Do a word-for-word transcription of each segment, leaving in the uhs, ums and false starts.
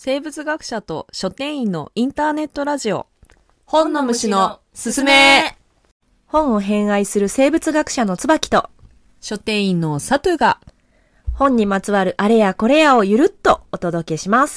生物学者と書店員のインターネットラジオ、本の虫のすすめ。 本を偏愛する生物学者の椿と書店員のサトゥが本にまつわるあれやこれやをゆるっとお届けします。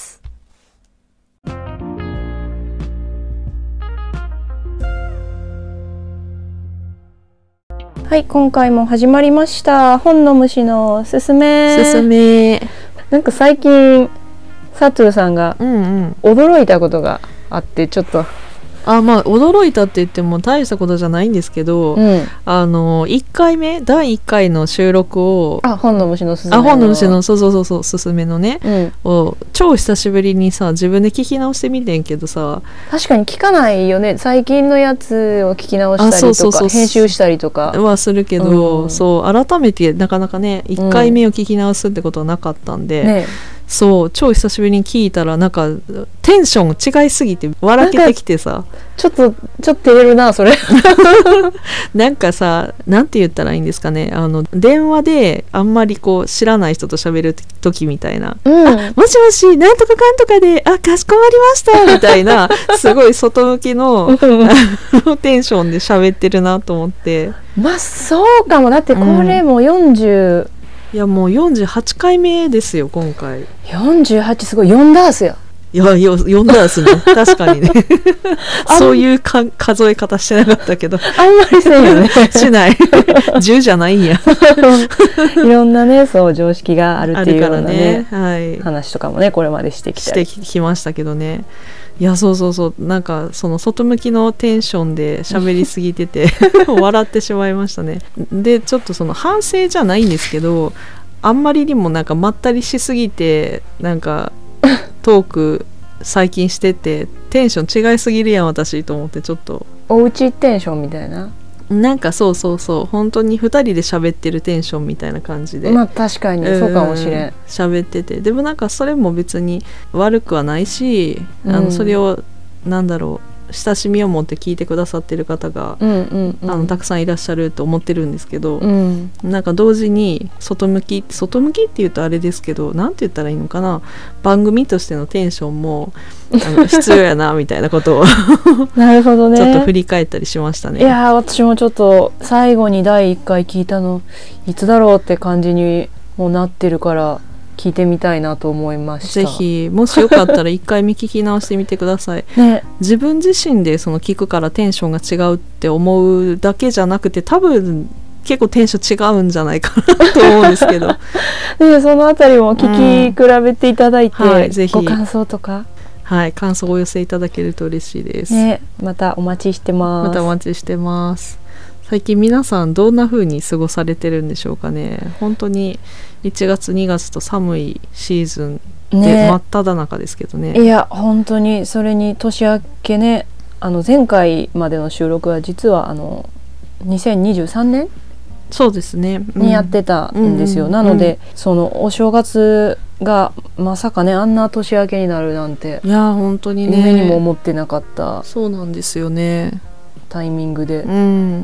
はい、今回も始まりました本の虫のすすめ。 すすめ。 なんか最近サトゥさんがうんうん驚いたことがあって、ちょっとあまあ驚いたって言っても大したことじゃないんですけど、 うん、 あのいっかいめだいいっかいの収録をあ本の虫のすすめあ本の虫のそうそうそうそうすすめのね、うん、を超久しぶりにさ自分で聞き直してみてんけどさ、 確かに聞かないよね。最近のやつを聞き直したりとかそうそうそう編集したりとかはするけど、 うん、 そう改めてなかなかねいっかいめを聞き直すってことはなかったんで、 うんね、 そう超久しぶりに聞いたらなんかテンション違いすぎて笑けてきてさ、 ちょっとちょっと照れるなそれなんかさなんて言ったらいいんですかね、あの電話であんまりこう知らない人と喋る時みたいな、 うん、 あもしもしなんとかかんとかであかしこまりましたみたいなすごい外向きのテンションで喋ってるなと思って。 まあそうかも。だってこれもよんじゅう、 いやもうよんじゅうはちかいめですよ今回。 よんじゅうはちすごいよんダースや。 いやよよんダースね確かにねそういうか数え方してなかったけどあんまりせんよねしないじゅうじゃないんやいろんなねそう常識があるっていうようなね、 はい、 話とかもねこれまでしてきたりしてきましたけどね。いやそうそうそうなんかその外向きのテンションで喋りすぎてて笑ってしまいましたね。でちょっとその反省じゃないんですけど、あんまりにもなんかまったりしすぎてなんかトーク最近しててテンション違いすぎるやん私と思って、ちょっとおうちテンションみたいな、 なんかそうそうそう本当にふたりで喋ってるテンションみたいな感じで、 まあ確かにそうかもしれん、 喋ってて、でもなんかそれも別に悪くはないし、 うん、 あのそれをなんだろう親しみを持って聞いてくださってる方が、 うんうんうん、 あのたくさんいらっしゃると思ってるんですけど、 うん、 なんか同時に外向き外向きって言うとあれですけどなんて言ったらいいのかな、番組としてのテンションもあの必要やなみたいなことをなるほどね、 ちょっと振り返ったりしましたね。 いや私もちょっと最後にだいいっかい聞いたのいつだろうって感じにもうなってるから聞いてみたいなと思いました。 ぜひもしよかったらいっかいめ聞き直してみてください、 ね、自分自身でその聞くからテンションが違うって思うだけじゃなくて多分結構テンション違うんじゃないかなと思うんですけどでそのあたりも聞き比べていただいて、うんはい、ぜひご感想とかはい感想をお寄せいただけると嬉しいです、 ね、またお待ちしてます。 またお待ちしてます。最近皆さんどんな風に過ごされてるんでしょうかね。本当にいちがつにがつと寒いシーズンで真っ只中ですけどね。 いや本当にそれに年明けね、あの前回までの収録は実はあのにせんにじゅうさんねんそうですね、 うん、にやってたんですよ、うん、なので、うん、そのお正月がまさかねあんな年明けになるなんていや本当にね夢にも思ってなかった。 そうなんですよねタイミングで、 うん、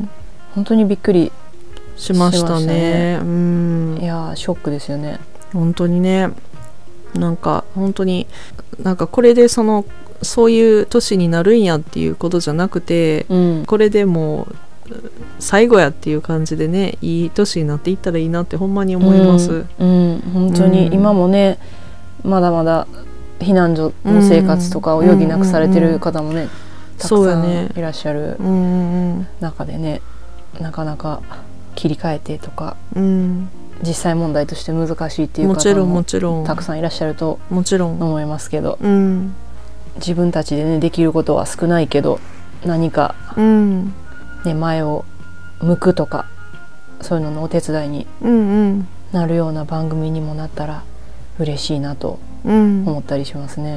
本当にびっくりしましたね。 しましたね、 うん、 いやショックですよね本当にね。なんか本当になんかこれでそのそういう年になるんやっていうことじゃなくて、うん、これでもう最後やっていう感じでねいい年になっていったらいいなってほんまに思います、 うんうん、本当に今もね、うん、まだまだ避難所の生活とかを余儀なくされてる方もね、うんうんうん、たくさんいらっしゃる中でね、なかなか切り替えてとか、うん、実際問題として難しいっていう方ももちろんたくさんいらっしゃると思いますけど、うん、自分たちでねできることは少ないけど何か、うんね、前を向くとかそういうののお手伝いになるような番組にもなったら嬉しいなと思ったりしますね。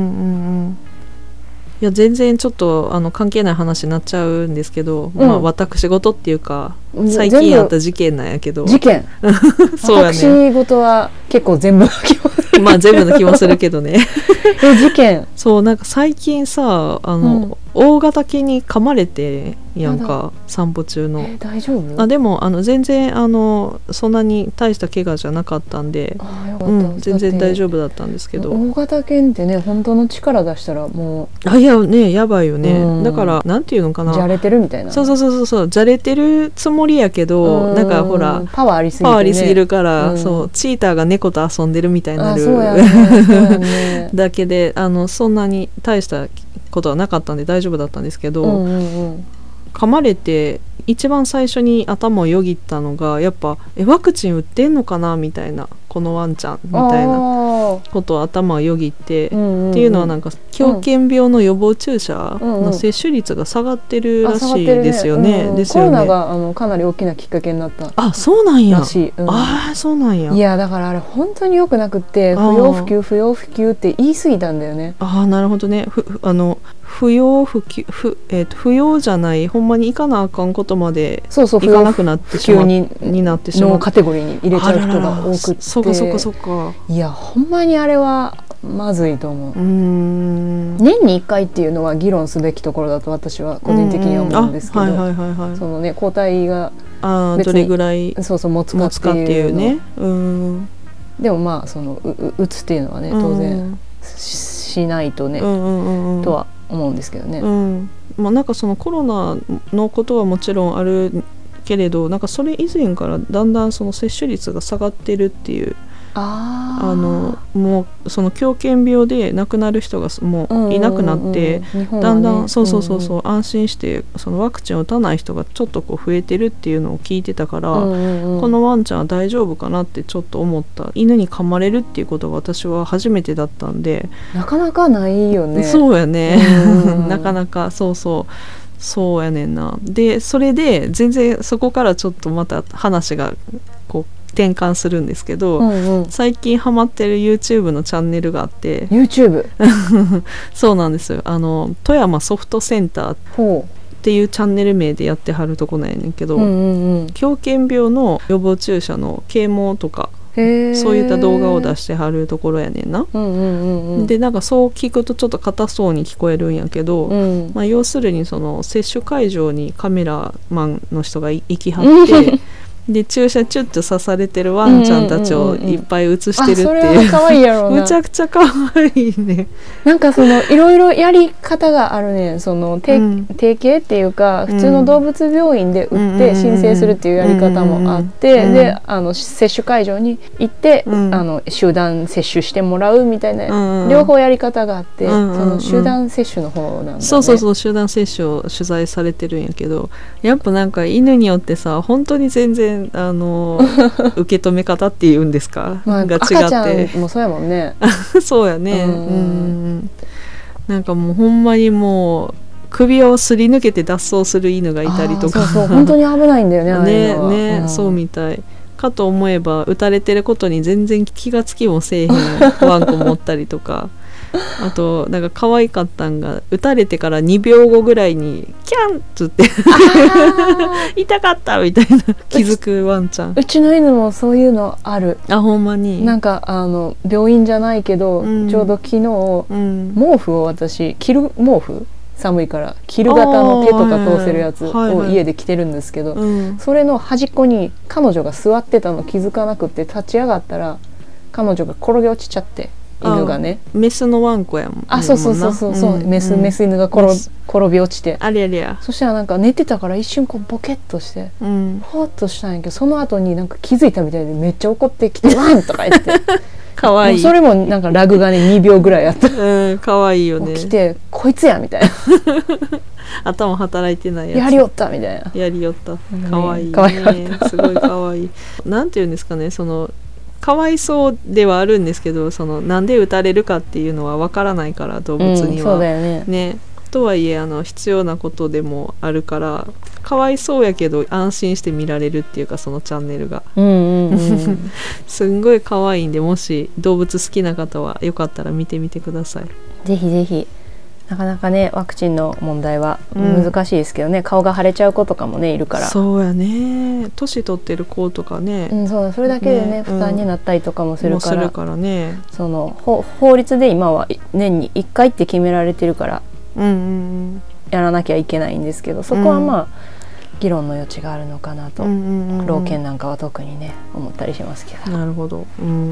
いや全然ちょっとあの関係ない話になっちゃうんですけど、うんまあ、私事っていうか最近あった事件なんやけど事件そうやね、私事は結構全部まあ全部の気もするけどねえ事件そうなんか最近さあの、うん、大型犬に噛まれてやんか散歩中の。 え大丈夫？ あでもあの全然あのそんなに大した怪我じゃなかったんで、 あよかった、 うん、全然大丈夫だったんですけど。 大型犬ってね本当の力出したらもうあいやねやばいよね、うん、だからなんていうのかな、 じゃれてるみたいな。 そうそうそうそうじゃれてるつもりやけど、なんかほらパワーありすぎて、ね、 パワーありすぎるから、うん、そうチーターが猫と遊んでるみたいになるそうやねそうやねだけであのそんなに大したことはなかったんで大丈夫だったんですけど、うんうんうん、噛まれて一番最初に頭をよぎったのがやっぱえワクチン打ってんのかなみたいな、このワンちゃんみたいなことを頭をよぎって、うんうんうん、っていうのはなんか狂犬病の予防注射の接種率が下がってるらしいですよね。 コロナがあのかなり大きなきっかけになったあそうなんやらしい、うん、 あそうなんや。 いやだからあれ本当に良くなくって不要不急不要不急って言い過ぎたんだよね。 ああなるほどね。ふあの不要不急 不,、えー、と不要じゃないほんまに行かなあかんことまで行かなくなってしまうになってしまうのカテゴリーに入れちゃう人が多くって、 そうかそうかそうか。 いやほんまにあれはまずいと思う。うーん年にいっかいっていうのは議論すべきところだと私は個人的には思うんですけど、そのね抗体があどれぐらいそうそう持つかっていうね。うんでもまあそのう打つっていうのはね当然しないとね、うんうんうん、とは思うんですけどね。 うんまあ、なんかそのコロナのことはもちろんあるけれど、なんかそれ以前からだんだんその接種率が下がってるっていう。ああのもうその狂犬病で亡くなる人がもういなくなって、うんうんうん、だんだん、ね、そうそうそうそう、うんうん、安心してそのワクチンを打たない人がちょっとこう増えてるっていうのを聞いてたから、うんうんうん、このワンちゃんは大丈夫かなってちょっと思った。犬に噛まれるっていうことが私は初めてだったんで、 なかなかないよね。 そうやね、うん、なかなかそうそうそうやねんな。でそれで全然そこからちょっとまた話がこう転換するんですけど、うんうん、最近ハマってる YouTube のチャンネルがあって YouTube そうなんですよ。あの富山ソフトセンターっていうチャンネル名でやってはるとこなんやねんけど、うんうんうん、狂犬病の予防注射の啓蒙とかそういった動画を出してはるところやねんな、うんうんうんうん、でなんかそう聞くとちょっと硬そうに聞こえるんやけど、うんまあ、要するにその接種会場にカメラマンの人が行きはってで注射チュッと刺されてるワンちゃんたちをいっぱい写してるっていう、うんうんうんうん、あそれは可愛いやろうなむちゃくちゃ可愛いね。 なんかそのいろいろやり方があるね。その提、うん、提携っていうか普通の動物病院で打って申請するっていうやり方もあって、うんうんうん、であの接種会場に行って、うん、あの集団接種してもらうみたいな、うんうん、両方やり方があって、うんうんうん、その集団接種の方なんだね。 そうそうそう集団接種を取材されてるんやけど、やっぱなんか犬によってさ本当に全然あの受け止め方っていうんですか、まあ、が違って赤ちゃんもそうやもんねそうやね、うんうんなんかもうほんまにもう首をすり抜けて脱走する犬がいたりとかそうそう本当に危ないんだよねあれはねね、うん、そうみたいかと思えば打たれてることに全然気がつきもせえへんワンコもおったりとかあとなんか可愛かったんが打たれてからにびょうごぐらいにキャンっつって痛かったみたいな気づくワンちゃん。 うちの犬もそういうのある。 あほんまになんかあの病院じゃないけど、うん、ちょうど昨日、うん、毛布を私着る毛布寒いから着る型の手とか通せるやつを家で着てるんですけど、はいはい、それの端っこに彼女が座ってたの気づかなくて立ち上がったら彼女が転げ落ちちゃって犬がねメスのワンコやもん。 あそうそうそうそうそう、うん、メスメス犬が転, 転び落ちてありゃりゃそしたらなんか寝てたから一瞬こうボケっとして、うん、ほっとしたんやけどその後になんか気づいたみたいでめっちゃ怒ってきてワンとか言ってかわいい。 それもなんかラグがねにびょうぐらいあったうんかわいいよね。 起きてこいつやみたいな頭働いてないやつやりよったみたいなやりよったかわいいね。かわいかったすごいかわいいなんていうんですかねそのかわいそうではあるんですけどそのなんで打たれるかっていうのはわからないから動物には、うん、そうだよね。ねとはいえあの必要なことでもあるからかわいそうやけど安心して見られるっていうかそのチャンネルが、うんうんうん、すんごいかわいいんでもし動物好きな方はよかったら見てみてください。 ぜひぜひなかなかねワクチンの問題は難しいですけどね、うん、顔が腫れちゃう子とかもねいるから。 そうやね、年取ってる子とかね、 うん、そうそれだけでね、ね負担になったりとかもするから、 うん、もするからね、 その法律で今は年にいっかいって決められてるから、 うんうんうん、 やらなきゃいけないんですけど、そこはまあ、うん、議論の余地があるのかなと、うんうんうん、老犬なんかは特にね思ったりしますけど。 なるほど、うんうんうん、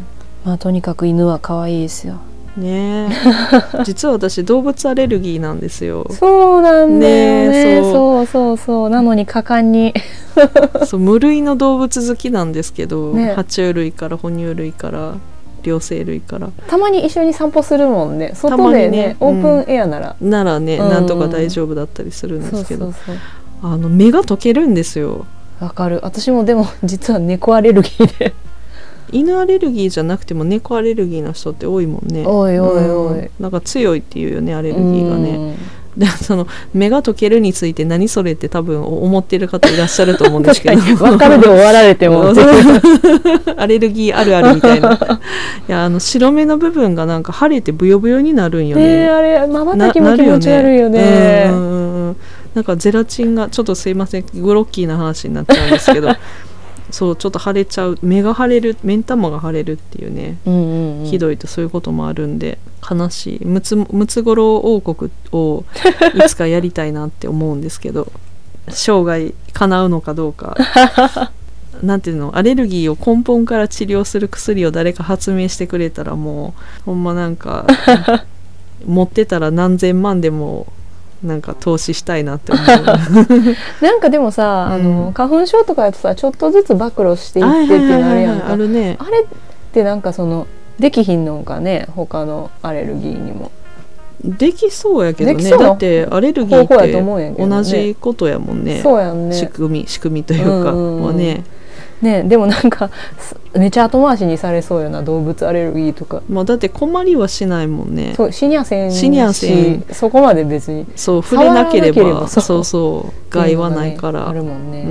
まあとにかく犬は可愛いですよね実は私動物アレルギーなんですよ。 そうなんだよね、そうそうそうなのに果敢にそう無類の動物好きなんですけど、 ね、 爬虫類から哺乳類から両生類からたまに一緒に散歩するもんね、外で ね, ねオープンエアなら、 うん、ならね、うん、なんとか大丈夫だったりするんですけど、あの目が溶けるんですよ。 わかる、私もでも実は猫アレルギーで犬アレルギーじゃなくても猫アレルギーの人って多いもんね。 おいおいおい、 うん、なんか強いっていうよねアレルギーがね。でその目が溶けるについて何それって多分思ってる方いらっしゃると思うんですけど分かるで終わられてもアレルギーあるあるみたいな。いやあの白目の部分がなんか腫れてブヨブヨになるんよね。 えー、あれ瞬きも気持ち悪いよね。 うんうんうん、なんかゼラチンがちょっとすいませんグロッキーな話になっちゃうんですけどそうちょっと腫れちゃう、目が腫れる、目ん玉が腫れるっていうね、うんうんうん、ひどいとそういうこともあるんで悲しい。ムツムツゴロウ王国をいつかやりたいなって思うんですけど生涯叶うのかどうかなんていうの、アレルギーを根本から治療する薬を誰か発明してくれたらもうほんまなんか持ってたら何千万でもなんか投資したいなって思うなんかでもさ、うん、あの花粉症とかやとさちょっとずつ暴露していってってなるやんか、 あるね。 あれってなんかそのできひんのかね、他のアレルギーにもできそうやけどね。だってアレルギーって同じことやもんね。 そうやんね、 仕組み仕組みというかはね、 ね、でもなんかめちゃ後回しにされそうよな、動物アレルギーとか。 まあ、だって困りはしないもんね。 そう死にゃせんし、 死にゃせん、 そこまで別にそう触れなければ、ればそうそうそう害はないから、 ね、あるもんね、 うん、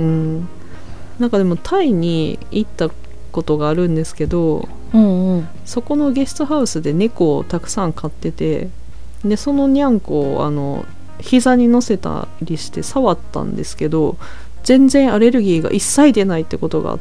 なんかでもタイに行ったことがあるんですけど、 うんうん、 そこのゲストハウスで猫をたくさん飼ってて、でそのニャンコをあの膝に乗せたりして触ったんですけど全然アレルギーが一切出ないってことがあって。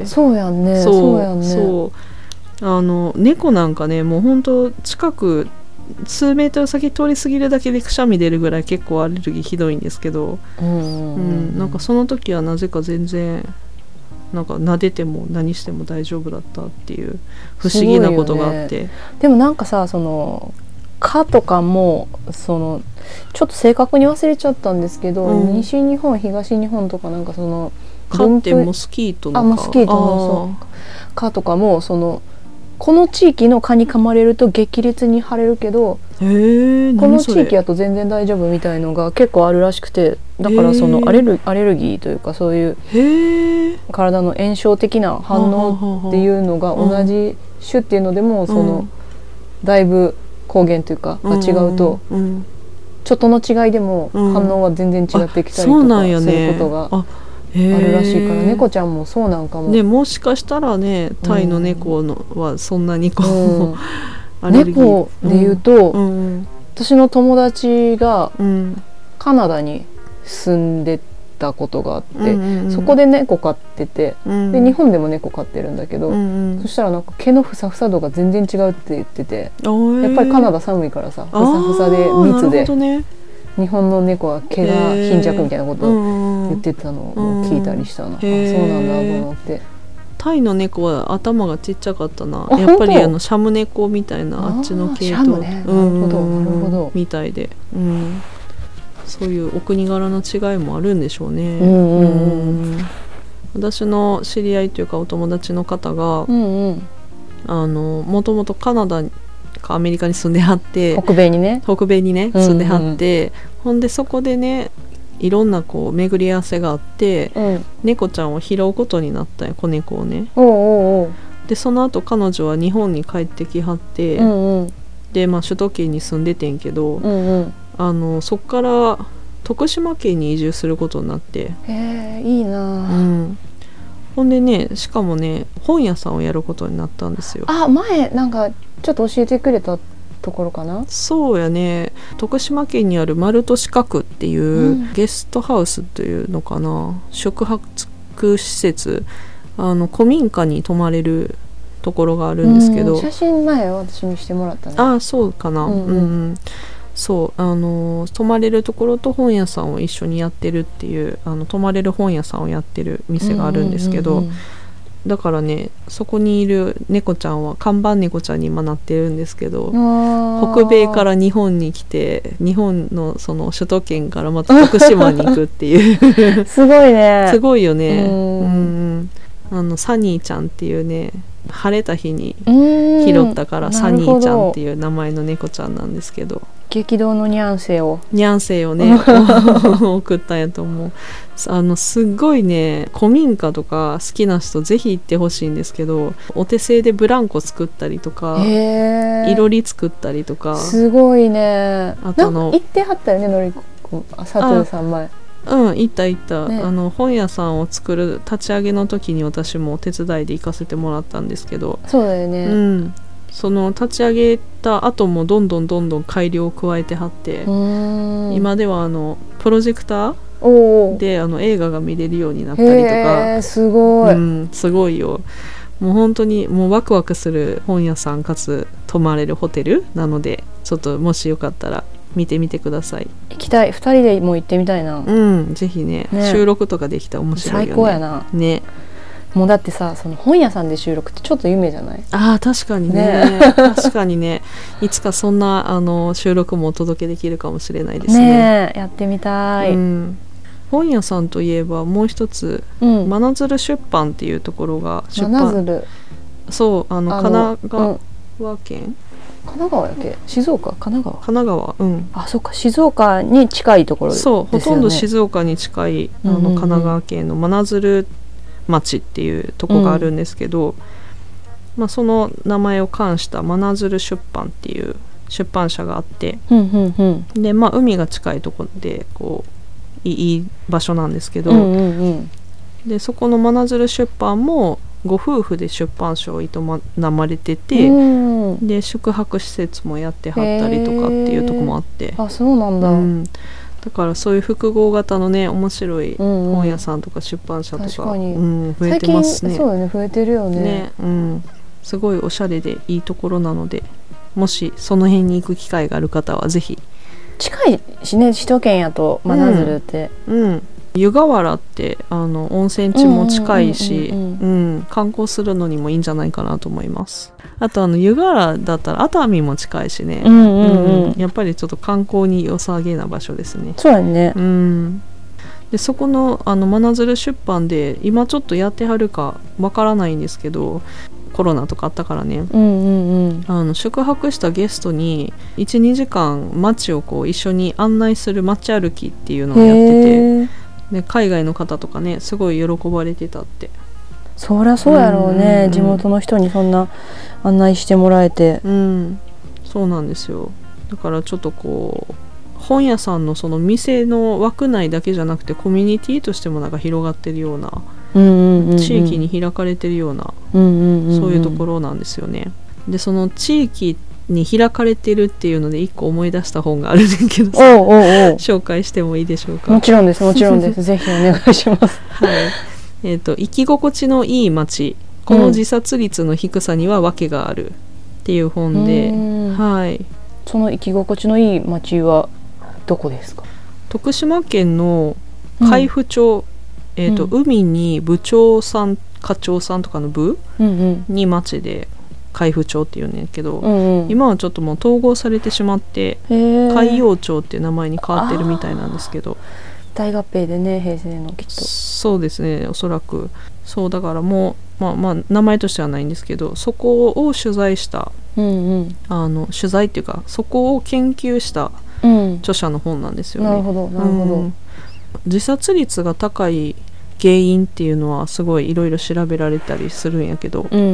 そうやんね、 そうそうやんね。 そうあの猫なんかねもうほんと近く数メートル先通り過ぎるだけでくしゃみ出るぐらい結構アレルギーひどいんですけど、 うんうんうんうん、 なんかその時はなぜか全然なんか撫でても何しても大丈夫だったっていう不思議なことがあって、 ね、でもなんかさその蚊とかもそのちょっと正確に忘れちゃったんですけど、うん、西日本東日本とかなんかその蚊ってモスキートの蚊、 あモスキートのそう蚊とかもそのこの地域の蚊に噛まれると激烈に腫れるけど、 へー、 この地域だと全然大丈夫みたいのが結構あるらしくて、だからそのアレル、アレルギーというかそういう体の炎症的な反応っていうのが同じ種っていうのでもそのだいぶ抗原というかが違うとちょっとの違いでも反応は全然違ってきたりとかすることがあるらしいから、猫ちゃんもそうなんかも、 ね、もしかしたらねタイの猫のはそんなにこう、うん、 アレルギー猫でいうと、うんうん、私の友達がカナダに住んでたことがあって、うんうんうん、そこで猫飼ってて、うん、で日本でも猫飼ってるんだけど、うんうん、そしたらなんか毛のふさふさ度が全然違うって言ってて、やっぱりカナダ寒いからさふさふさで密で、ね、日本の猫は毛が貧弱みたいなことを言ってたのを聞いたりしたな、うん、あそうなんだと思って。 タイの猫は頭がちっちゃかったな、やっぱりあのシャム猫みたいなあっちの系統、 ね、なるほどなるほどみたいで、うん、そういうお国柄の違いもあるんでしょうね、 うんうんうん、 私の知り合いというかお友達の方が、 うんうん、 あのもともとカナダかアメリカに住んではって、 北米にね北米にね住んではって、うんうん、ほんでそこでねいろんなこう巡り合わせがあって、うん、猫ちゃんを拾うことになったんや、子猫をね。 おうおうおうでその後彼女は日本に帰ってきはって、 うんうん、 で、まあ、首都圏に住んでてんけど、 うんうん、 あのそっから徳島県に移住することになって、 へーいいな、 うん、ほんでねしかもね本屋さんをやることになったんですよ。 あ前なんかちょっと教えてくれたっところかな。 そうやね、徳島県にある丸戸四角っていう、うん、ゲストハウスというのかな、宿泊施設、あの古民家に泊まれるところがあるんですけど、 うん、写真前私見してもらったね。 ああそうかな、うんうんうん、そうあの泊まれるところと本屋さんを一緒にやってるっていう、あの泊まれる本屋さんをやってる店があるんですけど、うんうんうんうん、だからねそこにいる猫ちゃんは看板猫ちゃんに今なってるんですけど、北米から日本に来て日本のその首都圏からまた徳島に行くっていうすごいね、 すごいよね。うん、うん、あのサニーちゃんっていうね、晴れた日に拾ったからサニーちゃんっていう名前の猫ちゃんなんですけど、 激動のニャンセをニャンセをね送ったんやと思う。あのすっごいね、古民家とか好きな人ぜひ行ってほしいんですけど、お手製でブランコ作ったりとか、いろり作ったりとか、 すごいね。 あとの行ってはったよね、のりこ佐藤さん前。 うん行った行った、ね、あの本屋さんを作る立ち上げの時に私もお手伝いで行かせてもらったんですけど、 そうだよね、 うん、その立ち上げた後もどんどんどんどん改良を加えてはって、今ではあのプロジェクターであの映画が見れるようになったりとか、 すごい、 うん、すごいよ。もう本当にもうワクワクする本屋さんかつ泊まれるホテルなので、ちょっともしよかったら見てみてください。 行きたい、ふたりでも行ってみたいな。 うんぜひ ね, ね収録とかできたら面白いよね。 最高やな。 ね、 もうだってさ、その本屋さんで収録ってちょっと夢じゃない？ あー確かに ね, ね確かにね、いつかそんなあの収録もお届けできるかもしれないです ね, ねやってみたい、 うん、本屋さんといえばもう一つ、うん、真鶴出版っていうところが出版、 真鶴、 そうあの神奈川県、うん、 神奈川やっけ、静岡、神奈川、 神奈川、うん、 あそっか、静岡に近いところですよね。 そう、ほとんど静岡に近いあの神奈川県の真鶴町っていうとこがあるんですけど、うん、まあ、その名前を冠した真鶴出版っていう出版社があって、 うんうんうん、 で、まあ、海が近いところでこういい場所なんですけど、 うんうんうん、 でそこの真鶴出版もご夫婦で出版社を営まれてて、うん、で宿泊施設もやってはったりとかっていうとこもあって、 あ、そうなんだ、うん、 だからそういう複合型のね面白い本屋さんとか出版社とか、うんうん、増えてますね。 最近そうよね、増えてるよ ね, ね、うん、すごいおしゃれでいいところなので、もしその辺に行く機会がある方はぜひ。 近いしね、首都圏やと真鶴って、 うん、うん、湯河原ってあの温泉地も近いし、観光するのにもいいんじゃないかなと思います。あとあの湯河原だったら熱海も近いしね、うんうんうんうん、やっぱりちょっと観光に良さげな場所ですね。 そうやね、 うん、でそこのあの真鶴出版で今ちょっとやってはるかわからないんですけど、コロナとかあったからね、うんうんうん、あの宿泊したゲストに いちにじかん街をこう一緒に案内する街歩きっていうのをやってて、で海外の方とかねすごい喜ばれてたって。 そりゃそうやろうね、うんうんうん、地元の人にそんな案内してもらえて、 うん、そうなんですよ。だからちょっとこう本屋さんのその店の枠内だけじゃなくてコミュニティとしてもなんか広がってるような、うんうんうんうん、地域に開かれてるような、うんうんうんうん、そういうところなんですよね。でその地域に開かれてるっていうので一個思い出した本があるねんけどさ、おうおうおう紹介してもいいでしょうか。 もちろんですもちろんですぜひお願いします。 はい、えーと、生き心地のいい街、この自殺率の低さには訳があるっていう本で、うん、はい、 その生き心地のいい街はどこですか？ 徳島県の海部町、うん、えーとうん、海に部長さん課長さんとかの部、うんうん、に町で海部町っていうんやけど、うんうん、今はちょっともう統合されてしまって海陽町っていう名前に変わってるみたいなんですけど、 大合併でね、平成のきっとそうですね、おそらくそうだからもう、まあ、まあ名前としてはないんですけど、そこを取材した、うんうん、あの取材っていうかそこを研究した著者の本なんですよね、うん、なるほどなるほど、うん、自殺率が高い原因っていうのはすごいいろいろ調べられたりするんやけど、うんうん、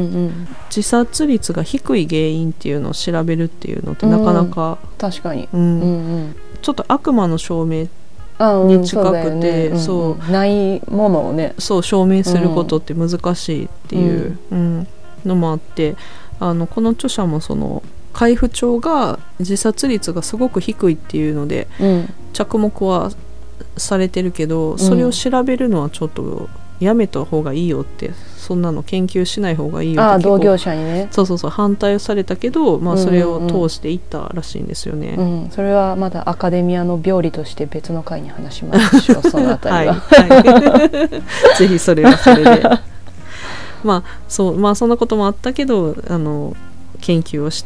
自殺率が低い原因っていうのを調べるっていうのってなかなか、 うん、確かに、 うんうんうん、ちょっと悪魔の証明に近くて、うん、そう、 ね、ないものをねそう証明することって難しいっていう、うんうん、のもあって、あのこの著者もその海部町が自殺率がすごく低いっていうので、うん、着目はされてるけど、それを調べるのはちょっとやめた方がいいよって、そんなの研究しない方がいいよって、 あ同業者にね、 そうそうそう反対をされたけど、まあ、それを通していったらしいんですよね、 うんうん、それはまだアカデミアの病理として別の回に話しましょうそのあたりは、はいはい、 ぜひそれはそれでまあそうまあそんなこともあったけど、あの研究をして、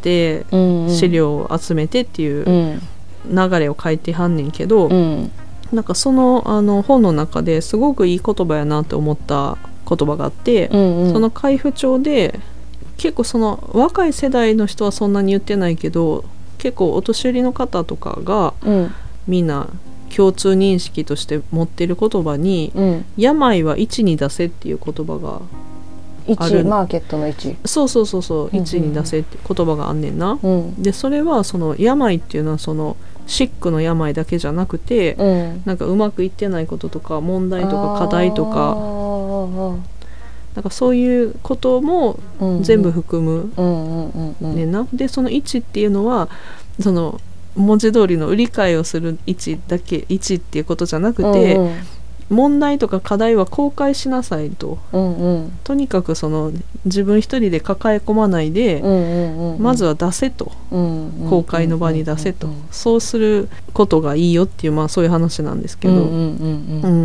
うんうん、資料を集めてっていう流れを書いてはんねんけど、うん、なんかその、あの本の中ですごくいい言葉やなって思った言葉があって、うんうん、その海部町で結構その若い世代の人はそんなに言ってないけど、結構お年寄りの方とかが、うん、みんな共通認識として持ってる言葉に、うん、病はいちに出せっていう言葉がある。 いちマーケットのいち、 そうそうそうそう、いちに出せって言葉があんねんな、うん、でそれはその病っていうのはそのシックの病だけじゃなくて、うん、なんかうまくいってないこととか問題とか課題とか、なんかそういうことも全部含むねんな。でそのいちっていうのはその文字通りの売り買いをするいちだけいちっていうことじゃなくて、うんうん、問題とか課題は公開しなさいと、うんうん、とにかくその自分一人で抱え込まないで、うんうんうん、まずは出せと、うんうん、公開の場に出せと、うんうんうん、そうすることがいいよっていう、まあ、そういう話なんですけど、うんうんうんうん、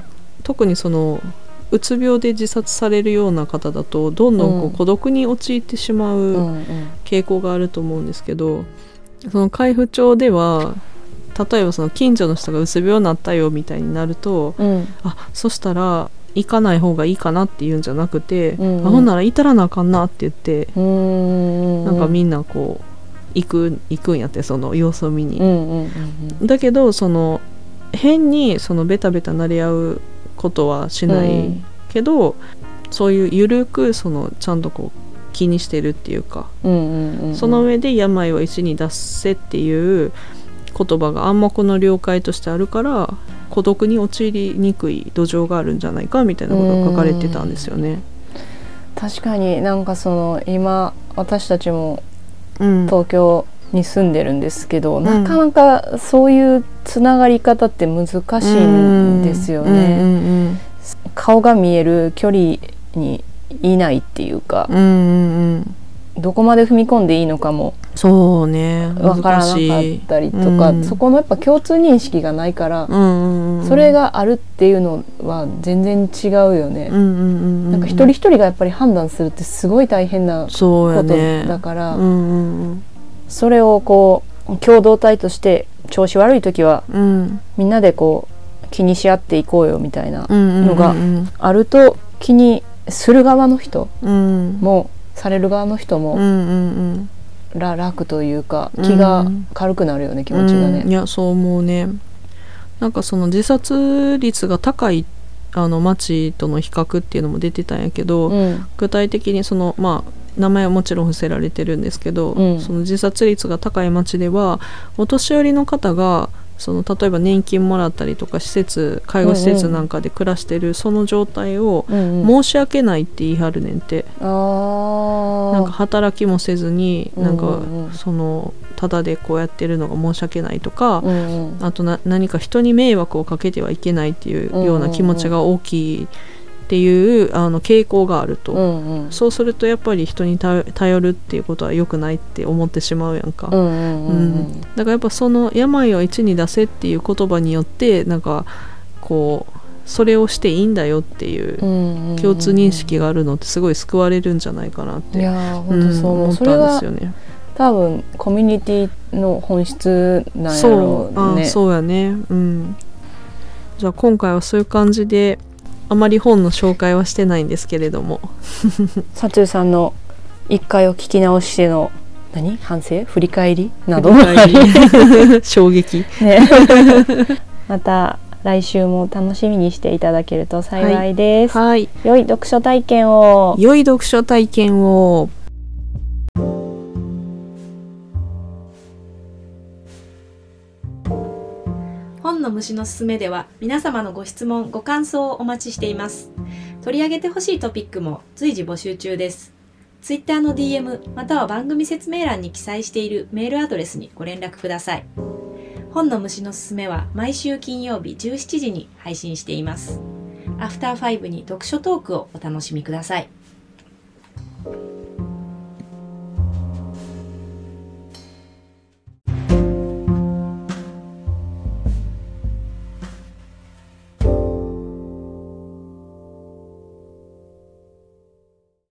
特にそのうつ病で自殺されるような方だとどんどんこう孤独に陥ってしまう傾向があると思うんですけど、その海部町では例えばその近所の人がうつ病になったよみたいになると、うん、あそしたら行かない方がいいかなっていうんじゃなくて、うんうん、あほんなら至らなあかんなって言って、うんうんうん、なんかみんなこう行く行くんやって、その様子を見に、うんうんうんうん、だけどその変にそのベタベタなり合うことはしないけど、うん、そういうゆるくそのちゃんとこう気にしてるっていうか、うんうんうんうん、その上で病は一に出せっていう言葉が暗黙の了解としてあるから孤独に陥りにくい土壌があるんじゃないかみたいなことが書かれてたんですよね。 確かになんかその今私たちも東京に住んでるんですけど、うん、なかなかそういうつながり方って難しいんですよね、うんうんうんうん、顔が見える距離にいないっていうか、うんうんうん、どこまで踏み込んでいいのかもそうね分からなかったりとか、うん、そこのやっぱ共通認識がないから、うんうんうん、それがあるっていうのは全然違うよね、うんうんうん、なんか一人一人がやっぱり判断するってすごい大変なことだから、うんうんうん、それをこう共同体として調子悪い時は、うん、みんなでこう気にし合っていこうよみたいなのがあると、気にする側の人も、うん、される側の人も、うんうんうん、楽というか気が軽くなるよね、うん、気持ちがね、 うん、いやそう思うね。なんかその自殺率が高いあの町との比較っていうのも出てたんやけど、うん、具体的にそのまあ名前はもちろん伏せられてるんですけど、うん、その自殺率が高い町ではお年寄りの方がその例えば年金もらったりとか施設介護施設なんかで暮らしてるその状態を申し訳ないって言い張るねんて、うんうん、なんか働きもせずになんかそのただでこうやってるのが申し訳ないとか、うんうん、あとな何か人に迷惑をかけてはいけないっていうような気持ちが大きいっていうあの傾向があると、うんうん、そうするとやっぱり人に頼るっていうことは良くないって思ってしまうやんか、うんうんうんうん、だからやっぱその病を一に出せっていう言葉によってなんかこうそれをしていいんだよっていう共通認識があるのってすごい救われるんじゃないかなって、 いや本当そう思う、うん、それが多分コミュニティの本質なんやろうね。 そう、あ、そうやね、うん、じゃあ今回はそういう感じであまり本の紹介はしてないんですけれどもサチューさんの一回を聞き直しての何反省振り返りなど衝撃、 ね、また来週も楽しみにしていただけると幸いです、はいはい、良い読書体験を良い読書体験を。 本の虫のすすめでは皆様のご質問ご感想をお待ちしています。取り上げてほしいトピックも随時募集中です。 Twitter の ディーエム または番組説明欄に記載しているメールアドレスにご連絡ください。本の虫のすすめは毎週金曜日じゅうしちじに配信しています。アフターファイブに読書トークをお楽しみください。